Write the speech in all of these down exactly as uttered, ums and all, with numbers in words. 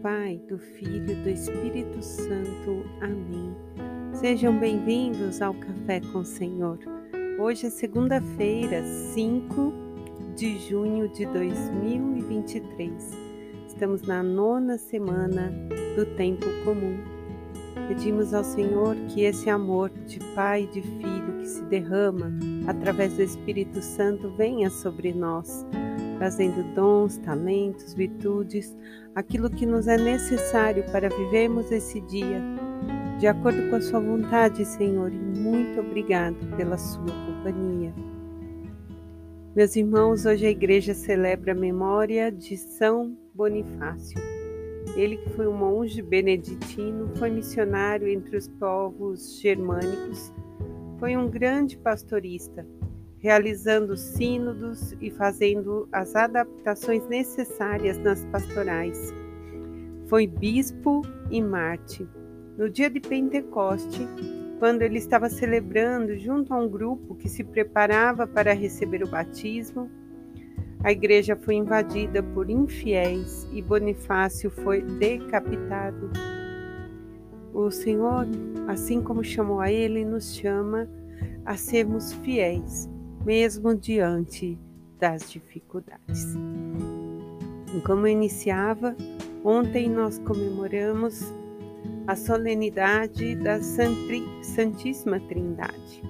Pai, do Filho e do Espírito Santo. Amém. Sejam bem-vindos ao Café com o Senhor. Hoje é segunda-feira, cinco de junho de dois mil e vinte e três. Estamos na nona semana do tempo comum. Pedimos ao Senhor que esse amor de Pai e de Filho que se derrama através do Espírito Santo venha sobre nós, trazendo dons, talentos, virtudes, aquilo que nos é necessário para vivermos esse dia, de acordo com a sua vontade, Senhor, e muito obrigado pela sua companhia. Meus irmãos, hoje a igreja celebra a memória de São Bonifácio. Ele que foi um monge beneditino, foi missionário entre os povos germânicos, foi um grande pastorista, realizando sínodos e fazendo as adaptações necessárias nas pastorais. Foi bispo e mártir. No dia de Pentecoste, quando ele estava celebrando junto a um grupo que se preparava para receber o batismo, a igreja foi invadida por infiéis e Bonifácio foi decapitado. O Senhor, assim como chamou a ele, nos chama a sermos fiéis, mesmo diante das dificuldades. E como eu iniciava, ontem nós comemoramos a solenidade da Santíssima Trindade.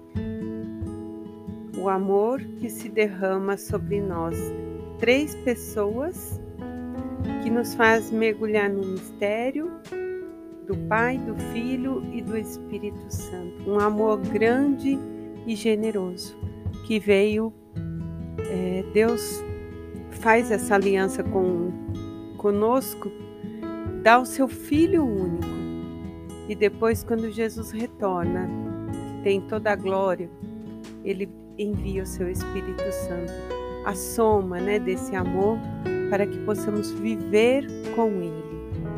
O amor que se derrama sobre nós, três pessoas que nos faz mergulhar no mistério do Pai, do Filho e do Espírito Santo. Um amor grande e generoso que veio, é, Deus faz essa aliança com, conosco, dá o seu Filho único. E depois, quando Jesus retorna, que tem toda a glória, ele envia o seu Espírito Santo, a soma, né, desse amor, para que possamos viver com Ele.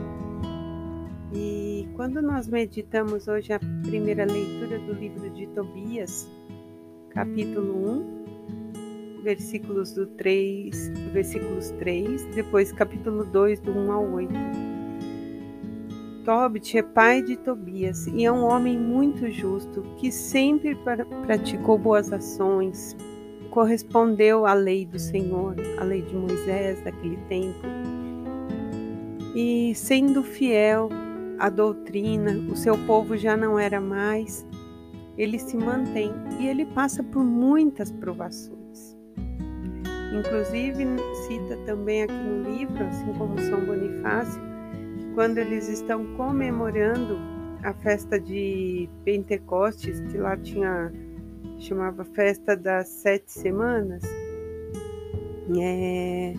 E quando nós meditamos hoje a primeira leitura do livro de Tobias, capítulo um, versículos do três, versículos três, depois capítulo dois, do um ao oito. Tobit é pai de Tobias e é um homem muito justo, que sempre praticou boas ações, correspondeu à lei do Senhor, à lei de Moisés daquele tempo, e sendo fiel à doutrina, o seu povo já não era mais, ele se mantém e ele passa por muitas provações. Inclusive, cita também aqui no livro, assim como São Bonifácio, quando eles estão comemorando a festa de Pentecostes, que lá tinha, chamava Festa das Sete Semanas, é,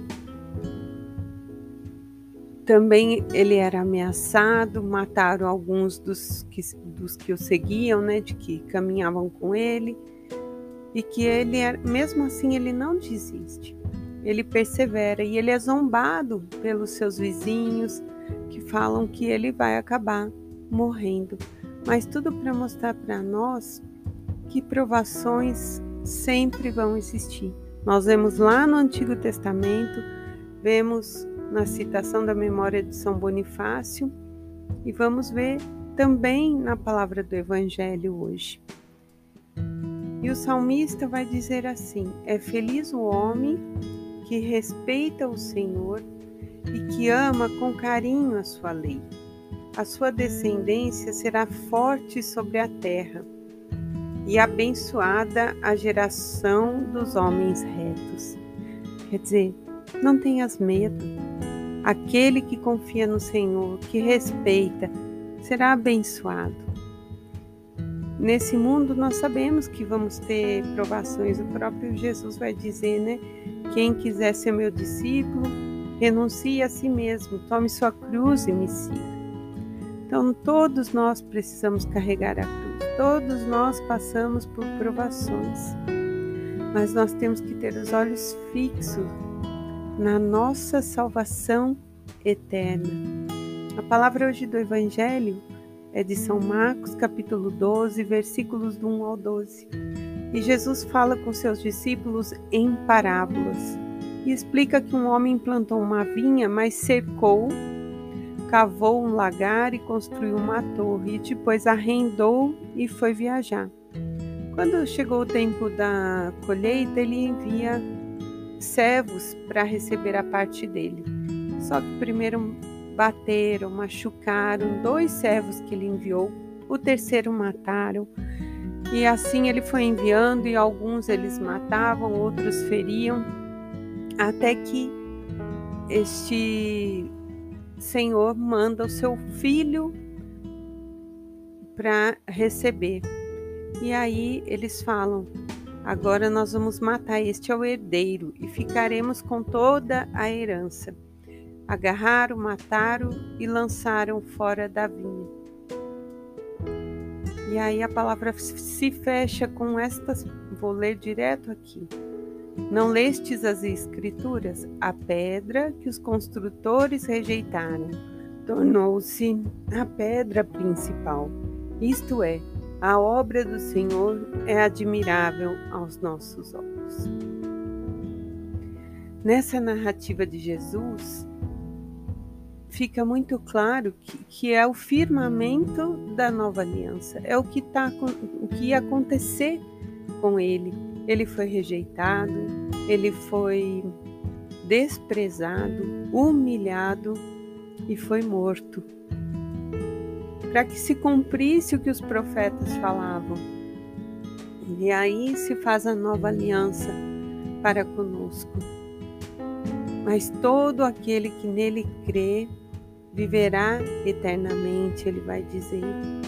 também ele era ameaçado, mataram alguns dos que, dos que o seguiam, né, de que caminhavam com ele, e que ele, mesmo assim, ele não desiste, ele persevera, e ele é zombado pelos seus vizinhos, que falam que ele vai acabar morrendo, mas tudo para mostrar para nós que provações sempre vão existir. Nós vemos lá no Antigo Testamento, vemos na citação da memória de São Bonifácio e vamos ver também na palavra do Evangelho hoje. E o salmista vai dizer assim: é feliz o homem que respeita o Senhor e que ama com carinho a sua lei. A sua descendência será forte sobre a terra, e abençoada a geração dos homens retos. Quer dizer, não tenhas medo. Aquele que confia no Senhor, que respeita, será abençoado. Nesse mundo nós sabemos que vamos ter provações. O próprio Jesus vai dizer, né? Quem quiser ser meu discípulo, renuncie a si mesmo, tome sua cruz e me siga. Então, todos nós precisamos carregar a cruz, todos nós passamos por provações, mas nós temos que ter os olhos fixos na nossa salvação eterna. A palavra hoje do Evangelho é de São Marcos, capítulo doze, versículos do um ao doze. E Jesus fala com seus discípulos em parábolas. E explica que um homem plantou uma vinha, mas cercou cavou um lagar e construiu uma torre, e depois arrendou e foi viajar. Quando chegou o tempo da colheita, ele envia servos para receber a parte dele. Só que primeiro bateram, machucaram dois servos que ele enviou, o terceiro mataram. E assim ele foi enviando, e alguns eles matavam, outros feriam, até que este Senhor manda o seu filho para receber. E aí eles falam: agora nós vamos matar, este é o herdeiro, e ficaremos com toda a herança. Agarraram, mataram e lançaram fora da vinha. E aí a palavra se fecha com estas, vou ler direto aqui. Não lestes as escrituras? A pedra que os construtores rejeitaram tornou-se a pedra principal. Isto é, a obra do Senhor é admirável aos nossos olhos. Nessa narrativa de Jesus, fica muito claro que, que é o firmamento da nova aliança, é o que, tá, o que ia acontecer com ele. Ele foi rejeitado, ele foi desprezado, humilhado e foi morto, para que se cumprisse o que os profetas falavam. E aí se faz a nova aliança para conosco. Mas todo aquele que nele crê viverá eternamente, ele vai dizer.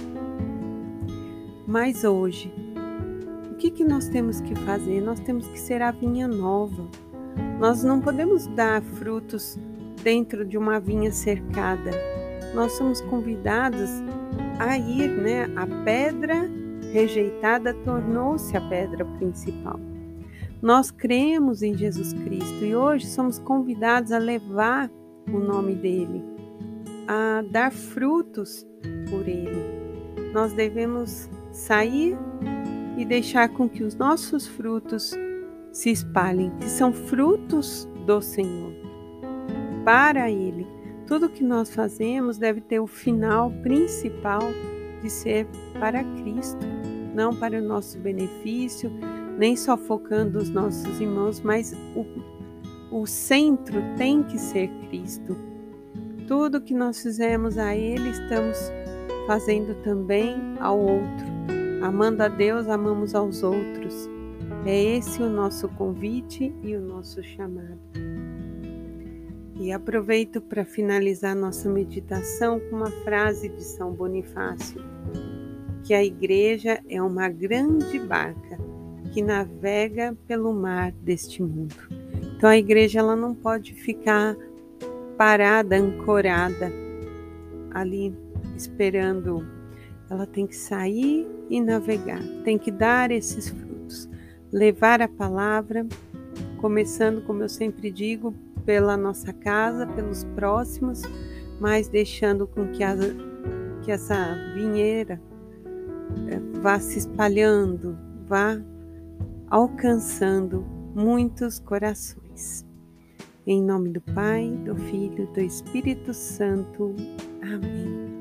Mas hoje, o que, que nós temos que fazer? Nós temos que ser a vinha nova. Nós não podemos dar frutos dentro de uma vinha cercada. Nós somos convidados a ir, né? A pedra rejeitada tornou-se a pedra principal. Nós cremos em Jesus Cristo e hoje somos convidados a levar o nome dele, a dar frutos por ele. Nós devemos sair e deixar com que os nossos frutos se espalhem, que são frutos do Senhor, para ele. Tudo que nós fazemos deve ter o final principal de ser para Cristo, não para o nosso benefício, nem só focando os nossos irmãos, mas o, o centro tem que ser Cristo. Tudo que nós fizemos a Ele, estamos fazendo também ao outro. Amando a Deus, amamos aos outros. É esse o nosso convite e o nosso chamado. E aproveito para finalizar nossa meditação com uma frase de São Bonifácio, que a igreja é uma grande barca que navega pelo mar deste mundo. Então a igreja ela não pode ficar parada, ancorada ali esperando. Ela tem que sair e navegar, tem que dar esses frutos, levar a palavra, começando, como eu sempre digo, pela nossa casa, pelos próximos, mas deixando com que, a, que essa vinheira vá se espalhando, vá alcançando muitos corações. Em nome do Pai, do Filho e do Espírito Santo. Amém.